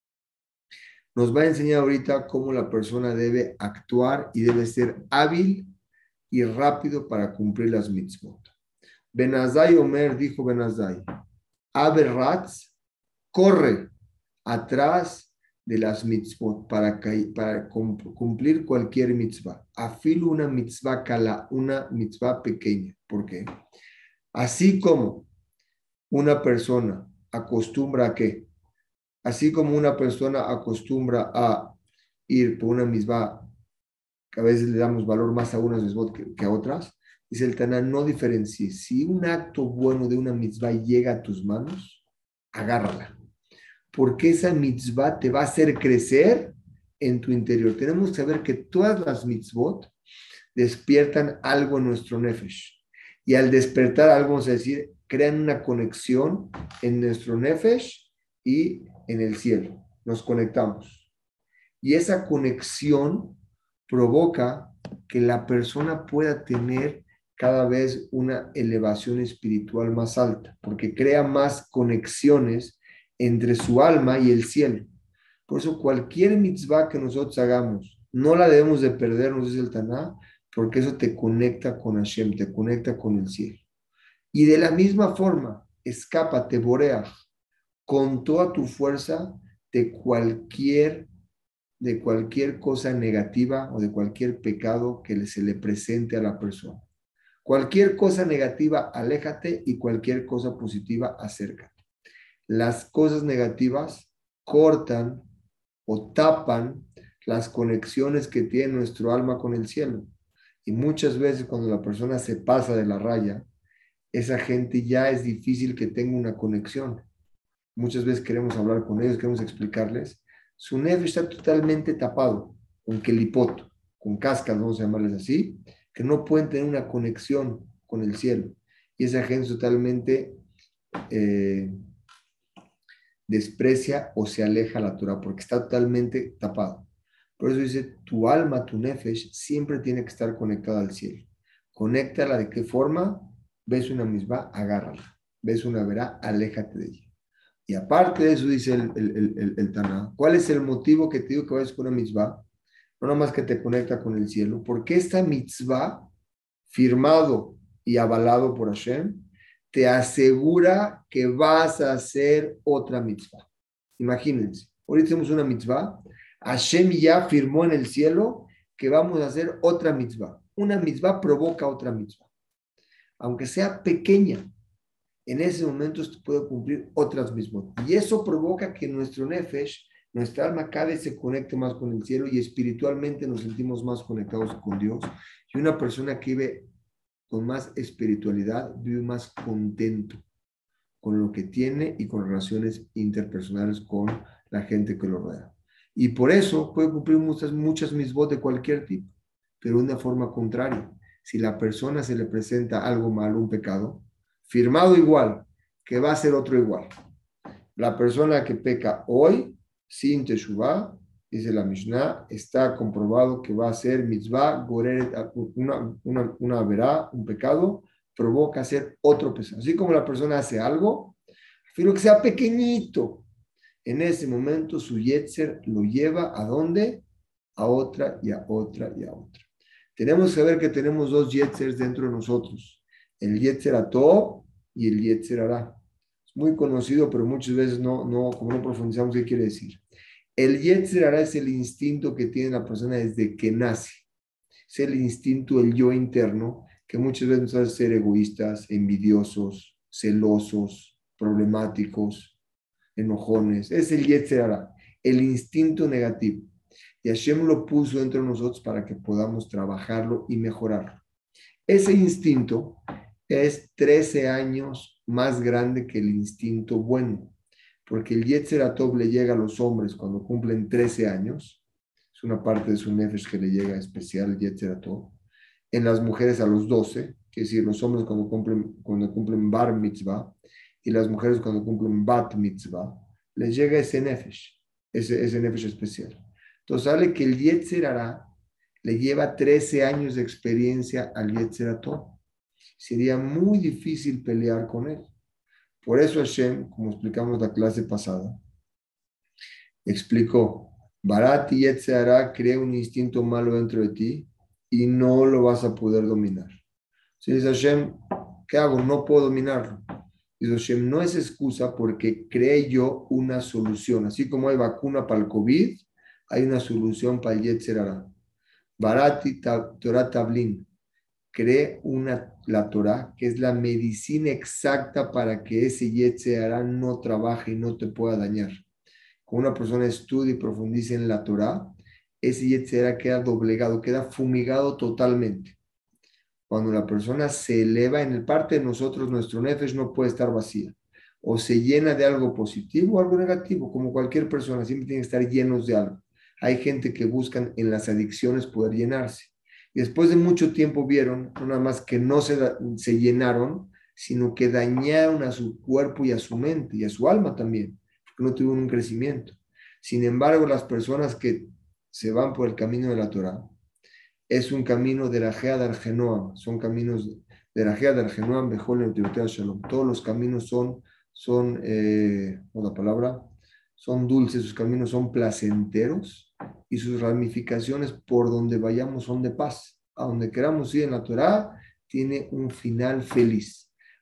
[SPEAKER 1] nos va a enseñar ahorita cómo la persona debe actuar y debe ser hábil y rápido para cumplir las mitzvot. Benazai Omer dijo Benazai, Aberratz corre atrás de las mitzvot para, para cumplir cualquier mitzvah. Afilo una mitzvah kala, una mitzvah pequeña. ¿Por qué? Así como una persona acostumbra a qué? Así como una persona acostumbra a ir por una mitzvah, que a veces le damos valor más a unas mitzvot que, que a otras, dice el Taná, no diferencies. Si un acto bueno de una mitzvah llega a tus manos, agárrala. Porque esa mitzvah te va a hacer crecer en tu interior. Tenemos que saber que todas las mitzvot despiertan algo en nuestro nefesh. Y al despertar algo, vamos a decir, crean una conexión en nuestro nefesh y en el cielo. Nos conectamos. Y esa conexión provoca que la persona pueda tener cada vez una elevación espiritual más alta, porque crea más conexiones entre su alma y el cielo. Por eso cualquier mitzvah que nosotros hagamos, no la debemos de perder, nos dice el Taná, porque eso te conecta con Hashem, te conecta con el cielo. Y de la misma forma, escápate, borea, con toda tu fuerza de cualquier, de cualquier cosa negativa o de cualquier pecado que se le presente a la persona. Cualquier cosa negativa, aléjate y cualquier cosa positiva, acércate. Las cosas negativas cortan o tapan las conexiones que tiene nuestro alma con el cielo. Y muchas veces cuando la persona se pasa de la raya, esa gente ya es difícil que tenga una conexión. Muchas veces queremos hablar con ellos, queremos explicarles. Su nefesh está totalmente tapado con kelipot, con cascas, vamos a llamarles así, que no pueden tener una conexión con el cielo. Y esa gente totalmente eh, desprecia o se aleja la Torah porque está totalmente tapado. Por eso dice, tu alma, tu nefesh, siempre tiene que estar conectada al cielo. Conéctala de qué forma, ves una misma, agárrala. Ves una verá, aléjate de ella. Y aparte de eso, dice el, el, el, el, el Taná, ¿cuál es el motivo que te digo que vayas con una mitzvah? No nada más que te conecta con el cielo, porque esta mitzvah, firmado y avalado por Hashem, te asegura que vas a hacer otra mitzvah. Imagínense, ahorita hacemos una mitzvah, Hashem ya firmó en el cielo que vamos a hacer otra mitzvah. Una mitzvah provoca otra mitzvah, aunque sea pequeña. En ese momento se puede cumplir otras mismas. Y eso provoca que nuestro nefesh, nuestra alma cada vez se conecte más con el cielo y espiritualmente nos sentimos más conectados con Dios. Y una persona que vive con más espiritualidad vive más contento con lo que tiene y con relaciones interpersonales con la gente que lo rodea. Y por eso puede cumplir muchas, muchas misbot de cualquier tipo, pero de una forma contraria. Si la persona se le presenta algo malo, un pecado, firmado igual, que va a ser otro igual. La persona que peca hoy, sin teshuvah, dice la Mishnah, está comprobado que va a ser mitzvah, goreret, una, una, una verá, un pecado, provoca hacer otro pecado. Así como la persona hace algo, pero que sea pequeñito, en ese momento su yetzer lo lleva ¿a dónde? A otra y a otra y a otra. Tenemos que saber que tenemos dos yetzers dentro de nosotros, el yetzer atov y el yetzer hará. Es muy conocido, pero muchas veces no, no, como no profundizamos, ¿qué quiere decir? El yetzer hará es el instinto que tiene la persona desde que nace. Es el instinto, el yo interno, que muchas veces nos hace ser egoístas, envidiosos, celosos, problemáticos, enojones. Es el yetzer hará, el instinto negativo. Y Hashem lo puso dentro de nosotros para que podamos trabajarlo y mejorarlo. Ese instinto es trece años más grande que el instinto bueno, porque el Yetzer Hatov le llega a los hombres cuando cumplen trece años, es una parte de su nefesh que le llega especial, el Yetzer Hatov, en las mujeres a los doce, que es decir, los hombres cuando cumplen, cuando cumplen bar mitzvah, y las mujeres cuando cumplen bat mitzvah, les llega ese nefesh, ese, ese nefesh especial. Entonces sale que el Yetzer Hará le lleva trece años de experiencia al Yetzer Hatov. Sería muy difícil pelear con él. Por eso Hashem, como explicamos la clase pasada, explicó, Barati Yetzer Hará crea un instinto malo dentro de ti y no lo vas a poder dominar. Si dice Hashem, ¿qué hago? No puedo dominarlo. Dice Hashem, no es excusa porque creé yo una solución. Así como hay vacuna para el COVID, hay una solución para el Yetzer Hará. Barati Torah Tablin. Cree una, la Torah, que es la medicina exacta para que ese Yetzer Hará no trabaje y no te pueda dañar. Cuando una persona estudia y profundiza en la Torah, ese Yetzer Hará queda doblegado, queda fumigado totalmente. Cuando la persona se eleva en el parte de nosotros, nuestro nefesh no puede estar vacía. O se llena de algo positivo o algo negativo, como cualquier persona, siempre tiene que estar llenos de algo. Hay gente que buscan en las adicciones poder llenarse. Y después de mucho tiempo vieron, no nada más que no se, se llenaron, sino que dañaron a su cuerpo y a su mente y a su alma también, porque no tuvieron un crecimiento. Sin embargo, las personas que se van por el camino de la Torah, es un camino de la Gea del Genoam, son caminos de la Gea del Genoam, mejor en el Shalom. Todos los caminos son, son eh, la palabra, son dulces, sus caminos son placenteros y sus ramificaciones por donde vayamos son de paz. A donde queramos ir en la Torah, tiene un final feliz.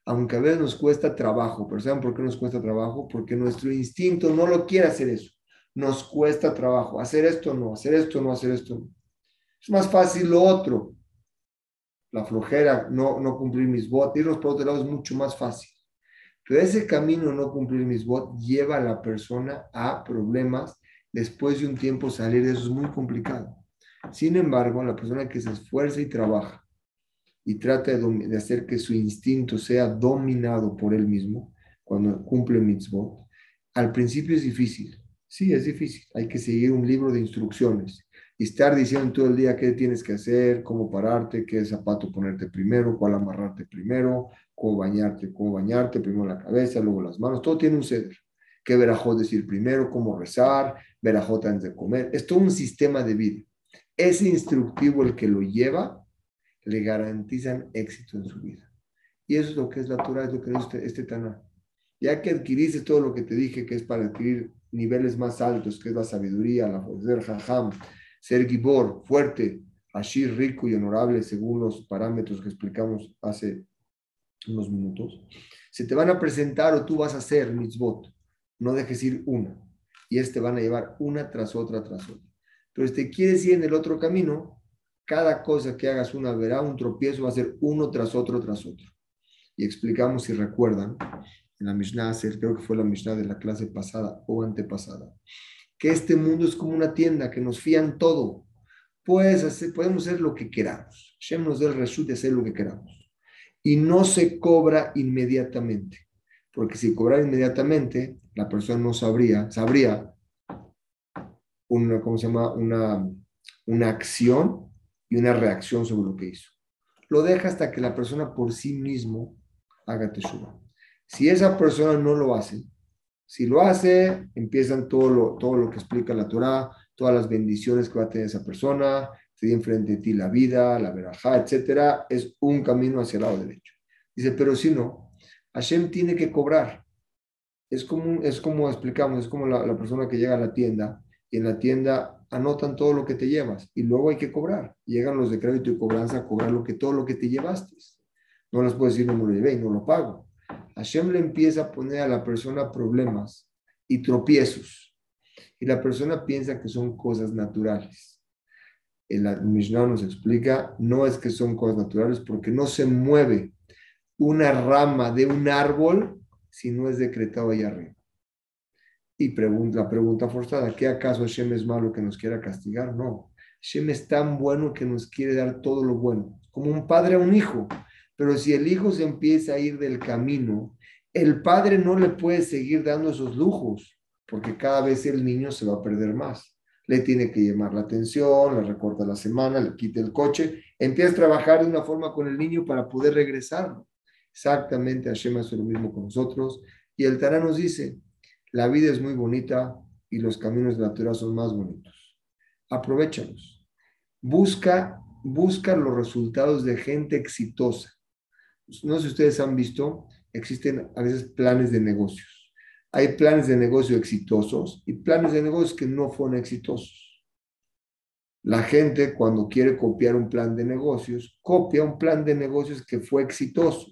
[SPEAKER 1] aunque a veces nos cuesta trabajo, pero ¿saben por qué nos cuesta trabajo? Porque nuestro instinto no lo quiere hacer eso. Nos cuesta trabajo. Hacer esto no, hacer esto no, hacer esto no. Es más fácil lo otro. La flojera, no, no cumplir mis votos, irnos por otro lado es mucho más fácil. Pero ese camino, no cumplir mis votos, lleva a la persona a problemas. Después de un tiempo salir de eso es muy complicado. Sin embargo, la persona que se esfuerza y trabaja y trata de, de hacer que su instinto sea dominado por él mismo, cuando cumple mitzvot, al principio es difícil. Sí, es difícil. Hay que seguir un libro de instrucciones y estar diciendo todo el día qué tienes que hacer, cómo pararte, qué zapato ponerte primero, cuál amarrarte primero, cómo bañarte, cómo bañarte, primero la cabeza, luego las manos. Todo tiene un ceder. Qué verajot decir primero, cómo rezar, verajot antes de comer. Es todo un sistema de vida. Ese instructivo, el que lo lleva, le garantizan éxito en su vida. Y eso es lo que es la Torah, es lo que es este, este Taná. Ya que adquiriste todo lo que te dije que es para adquirir niveles más altos, que es la sabiduría, la ser jajam, ser gibor, fuerte, ashir, rico y honorable, según los parámetros que explicamos hace unos minutos, se te van a presentar o tú vas a hacer mitzvot. No dejes ir una. Y es te van a llevar una tras otra, tras otra. Pero si te quieres ir en el otro camino, cada cosa que hagas una verá, un tropiezo va a ser uno tras otro, tras otro. Y explicamos, si recuerdan, en la Mishnah, creo que fue la Mishnah de la clase pasada o antepasada, que este mundo es como una tienda, que nos fían todo. Puedes hacer, podemos hacer lo que queramos. Shem nos da el reshut de hacer lo que queramos. Y no se cobra inmediatamente. Porque si cobrara inmediatamente, la persona no sabría, sabría una, ¿cómo se llama? Una, una acción y una reacción sobre lo que hizo. Lo deja hasta que la persona por sí mismo haga teshuva. Si esa persona no lo hace, si lo hace, empiezan todo lo, todo lo que explica la Torah, todas las bendiciones que va a tener esa persona, se tiene enfrente de ti la vida, la verajá, etcétera. Es un camino hacia el lado derecho. Dice, pero si no, Hashem tiene que cobrar. Es como, es como explicamos, es como la, la persona que llega a la tienda y en la tienda anotan todo lo que te llevas y luego hay que cobrar. Llegan los de crédito y cobranza a cobrar lo que, todo lo que te llevaste. No les puedes decir no me lo llevé y no lo pago. Hashem le empieza a poner a la persona problemas y tropiezos y la persona piensa que son cosas naturales. El Mishnah nos explica, no es que son cosas naturales porque no se mueve una rama de un árbol si no es decretado ahí arriba. Y pregunta, la pregunta forzada, ¿qué acaso Hashem es malo que nos quiera castigar? No, Hashem es tan bueno que nos quiere dar todo lo bueno, como un padre a un hijo. Pero si el hijo se empieza a ir del camino, el padre no le puede seguir dando esos lujos, porque cada vez el niño se va a perder más. Le tiene que llamar la atención, le recorta la semana, le quita el coche, empieza a trabajar de una forma con el niño para poder regresarlo. Exactamente, Hashem hace lo mismo con nosotros. Y el Tará nos dice, la vida es muy bonita y los caminos de la Torah son más bonitos. Aprovéchalos. Busca, busca los resultados de gente exitosa. No sé si ustedes han visto, existen a veces planes de negocios. Hay planes de negocio exitosos y planes de negocios que no fueron exitosos. La gente cuando quiere copiar un plan de negocios, copia un plan de negocios que fue exitoso.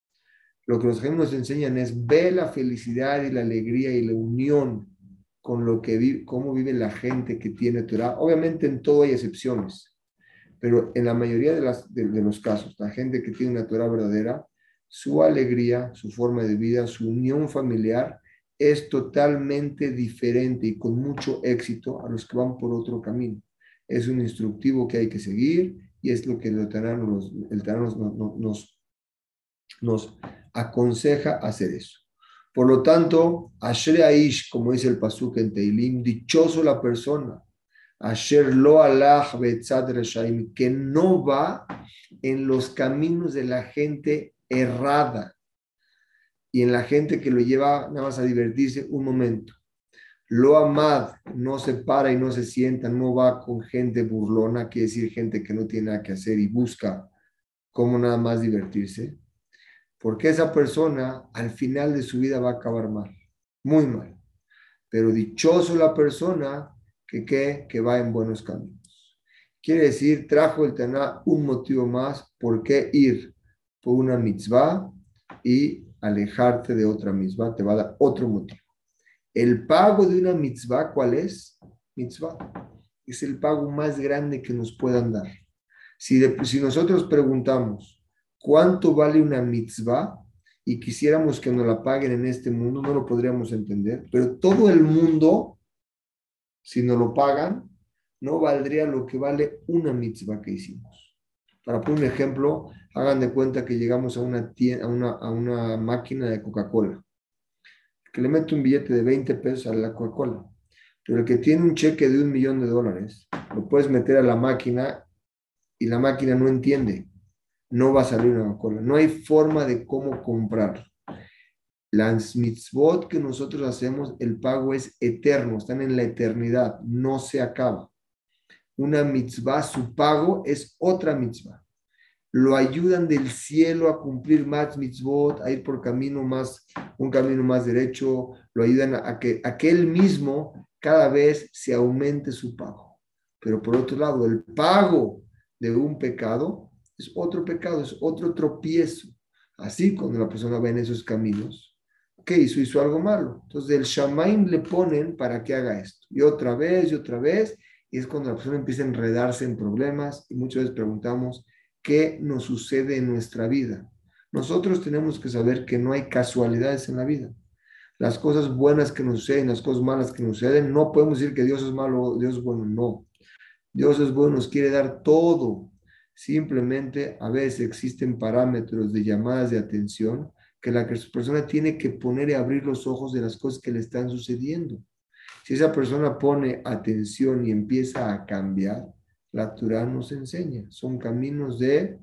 [SPEAKER 1] Lo que los ejemplos nos enseñan es ve la felicidad y la alegría y la unión con lo que vive, cómo vive la gente que tiene Torah. Obviamente en todo hay excepciones, pero en la mayoría de, las, de, de los casos, la gente que tiene una Torah verdadera, su alegría, su forma de vida, su unión familiar es totalmente diferente y con mucho éxito a los que van por otro camino. Es un instructivo que hay que seguir y es lo que el Torah nos, el Torah nos, nos, nos nos aconseja hacer eso. Por lo tanto, Asher Aish, como dice el pasuk en Teilim, dichoso la persona, Asher lo alach betzad reshaim, que no va en los caminos de la gente errada y en la gente que lo lleva nada más a divertirse un momento. Lo amad, no se para y no se sienta, no va con gente burlona, quiere decir gente que no tiene nada que hacer y busca cómo nada más divertirse. Porque esa persona al final de su vida va a acabar mal, muy mal. Pero dichoso la persona que, que, que va en buenos caminos. Quiere decir, trajo el Taná un motivo más por qué ir por una mitzvah y alejarte de otra mitzvah te va a dar otro motivo. El pago de una mitzvah, ¿cuál es? Mitzvah. Es el pago más grande que nos puedan dar. Si, de, si nosotros preguntamos cuánto vale una mitzvah y quisiéramos que nos la paguen en este mundo, no lo podríamos entender, pero todo el mundo, si nos lo pagan, no valdría lo que vale una mitzvah que hicimos. Para poner un ejemplo, hagan de cuenta que llegamos a una, tienda, a una, a una máquina de Coca-Cola, que le mete un billete de veinte pesos a la Coca-Cola, pero el que tiene un cheque de un millón de dólares, lo puedes meter a la máquina y la máquina no entiende, no va a salir una Coca-Cola, no hay forma de cómo comprar. Las mitzvot que nosotros hacemos, el pago es eterno, están en la eternidad, no se acaba. Una mitzvah, su pago es otra mitzvah. Lo ayudan del cielo a cumplir más mitzvot, a ir por camino más, un camino más derecho, lo ayudan a, a, que, a que él mismo cada vez se aumente su pago. Pero por otro lado, el pago de un pecado es otro pecado, es otro tropiezo. Así cuando la persona va en esos caminos, ¿qué hizo? Hizo algo malo. Entonces el shamaim le ponen para que haga esto. Y otra vez, y otra vez, y es cuando la persona empieza a enredarse en problemas y muchas veces preguntamos, ¿qué nos sucede en nuestra vida? Nosotros tenemos que saber que no hay casualidades en la vida. Las cosas buenas que nos suceden, las cosas malas que nos suceden, no podemos decir que Dios es malo, Dios es bueno, no. Dios es bueno, nos quiere dar todo. Simplemente a veces existen parámetros de llamadas de atención que la persona tiene que poner y abrir los ojos de las cosas que le están sucediendo. Si esa persona pone atención y empieza a cambiar, la Torah nos enseña. Son caminos de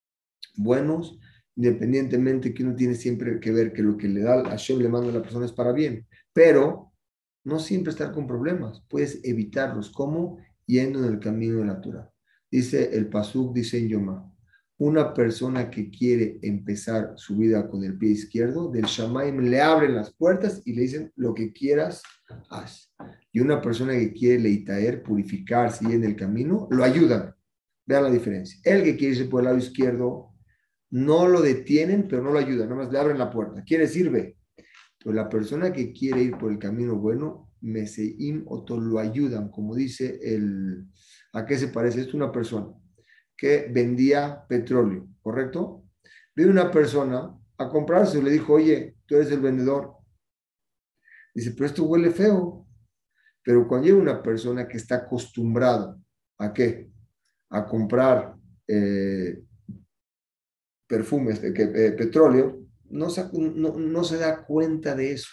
[SPEAKER 1] buenos, independientemente que uno tiene siempre que ver que lo que le da a Hashem le manda a la persona es para bien. Pero no siempre estar con problemas. Puedes evitarlos. ¿Cómo? Yendo en el camino de la Torah. Dice el Pasuk, dice en Yomá, una persona que quiere empezar su vida con el pie izquierdo, del Shamaim le abren las puertas y le dicen lo que quieras, haz. Y una persona que quiere leitaer, purificarse y en el camino, lo ayudan. Vean la diferencia. El que quiere irse por el lado izquierdo, no lo detienen, pero no lo ayudan, nada más le abren la puerta. ¿Quiere sirve? Pero la persona que quiere ir por el camino bueno, Meseim Oto lo ayudan, como dice el... ¿A qué se parece? Esto es una persona que vendía petróleo, ¿correcto? Viene una persona a comprarse, le dijo, oye, tú eres el vendedor. Dice, pero esto huele feo. Pero cuando llega una persona que está acostumbrado, ¿a qué? A comprar eh, perfumes, de que, eh, petróleo, no se, no, no se da cuenta de eso.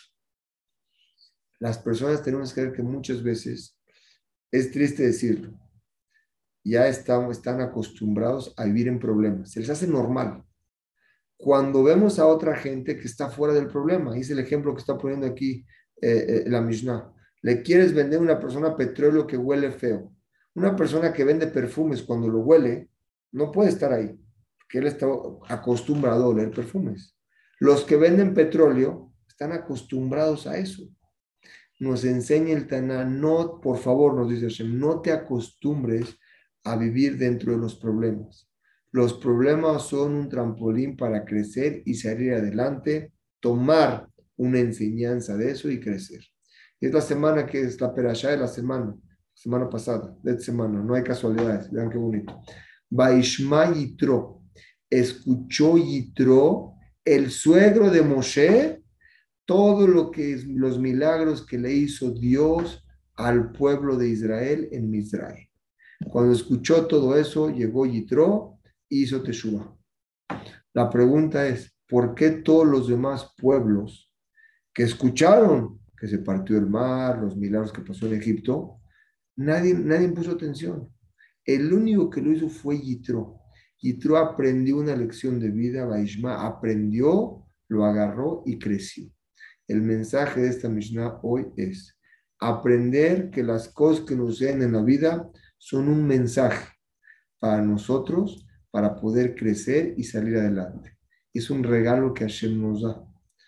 [SPEAKER 1] Las personas tenemos que ver que muchas veces, es triste decirlo, ya están, están acostumbrados a vivir en problemas. Se les hace normal. Cuando vemos a otra gente que está fuera del problema, y es el ejemplo que está poniendo aquí eh, eh, la Mishnah, le quieres vender a una persona petróleo que huele feo. Una persona que vende perfumes cuando lo huele, no puede estar ahí, porque él está acostumbrado a oler perfumes. Los que venden petróleo están acostumbrados a eso. Nos enseña el Taná, no, por favor, nos dice Hashem, no te acostumbres a vivir dentro de los problemas. Los problemas son un trampolín para crecer y salir adelante, tomar una enseñanza de eso y crecer. Y es la semana que es la perashá de la semana, semana pasada, de esta semana, no hay casualidades, vean qué bonito. Baishma Yitro, escuchó Yitro, el suegro de Moshe, todo lo que es los milagros que le hizo Dios al pueblo de Israel en Misraim. Cuando escuchó todo eso, llegó Yitro e hizo Teshuvah. La pregunta es, ¿por qué todos los demás pueblos que escucharon que se partió el mar, los milagros que pasó en Egipto, nadie, nadie puso atención? El único que lo hizo fue Yitro. Yitro aprendió una lección de vida, Baishma aprendió, lo agarró y creció. El mensaje de esta Mishnah hoy es aprender que las cosas que nos suceden en la vida son un mensaje para nosotros, para poder crecer y salir adelante. Es un regalo que Hashem nos da.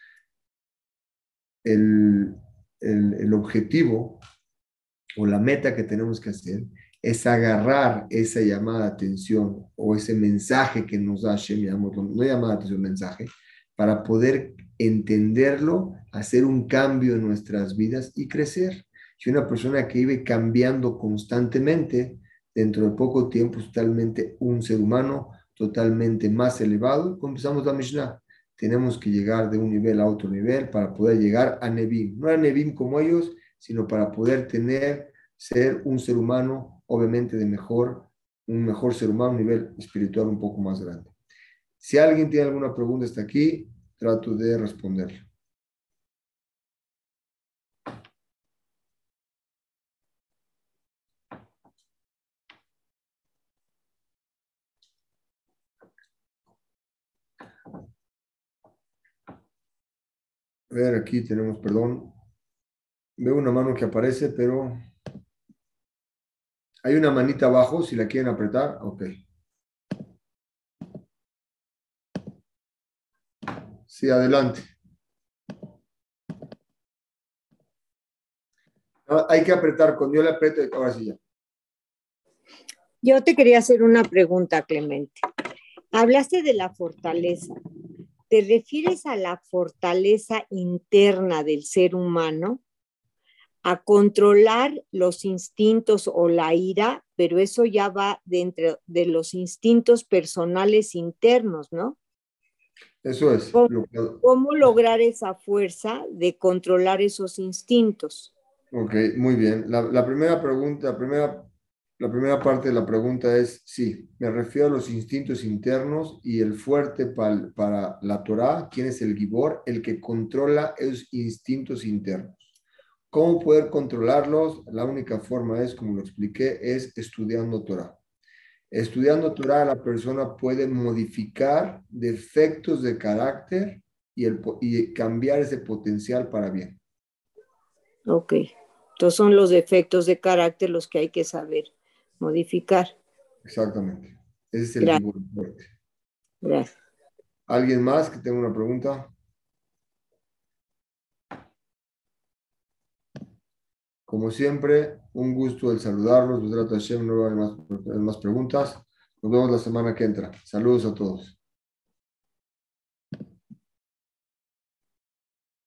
[SPEAKER 1] El, el, el objetivo o la meta que tenemos que hacer es agarrar esa llamada de atención o ese mensaje que nos da Hashem, no llamada de atención, mensaje, para poder entenderlo, hacer un cambio en nuestras vidas y crecer. Si una persona que vive cambiando constantemente, dentro de poco tiempo es totalmente un ser humano, totalmente más elevado. Comenzamos la Mishnah. Tenemos que llegar de un nivel a otro nivel para poder llegar a Nevim. No a Nevim como ellos, sino para poder tener, ser un ser humano, obviamente de mejor, un mejor ser humano, un nivel espiritual un poco más grande. Si alguien tiene alguna pregunta hasta aquí, trato de responderle. A ver, aquí tenemos, perdón. Veo una mano que aparece, pero hay una manita abajo, si la quieren apretar, ok. Sí, adelante. Ah, hay que apretar, cuando yo le aprieto, ahora sí ya.
[SPEAKER 2] Yo te quería hacer una pregunta, Clemente. Hablaste de la fortaleza. ¿Te refieres a la fortaleza interna del ser humano? A controlar los instintos o la ira, pero eso ya va dentro de los instintos personales internos, ¿no?
[SPEAKER 1] Eso es.
[SPEAKER 2] ¿Cómo,
[SPEAKER 1] Lo que-
[SPEAKER 2] cómo lograr esa fuerza de controlar esos instintos?
[SPEAKER 1] Ok, muy bien. La, la primera pregunta, la primera, la primera parte de la pregunta es, sí, me refiero a los instintos internos y el fuerte pal- para la Torá, ¿quién es el Gibor? El que controla esos instintos internos. ¿Cómo poder controlarlos? La única forma es, como lo expliqué, es estudiando Torah. Estudiando Torah, la persona puede modificar defectos de carácter y, el, y cambiar ese potencial para bien.
[SPEAKER 2] Ok, entonces son los defectos de carácter los que hay que saber modificar.
[SPEAKER 1] Exactamente. Ese es el
[SPEAKER 2] Gracias,
[SPEAKER 1] Gibor fuerte.
[SPEAKER 2] gracias.
[SPEAKER 1] ¿Alguien más que tenga una pregunta? Como siempre, un gusto el saludarlos. Hashem, no hay más, más preguntas. Nos vemos la semana que entra. Saludos a todos.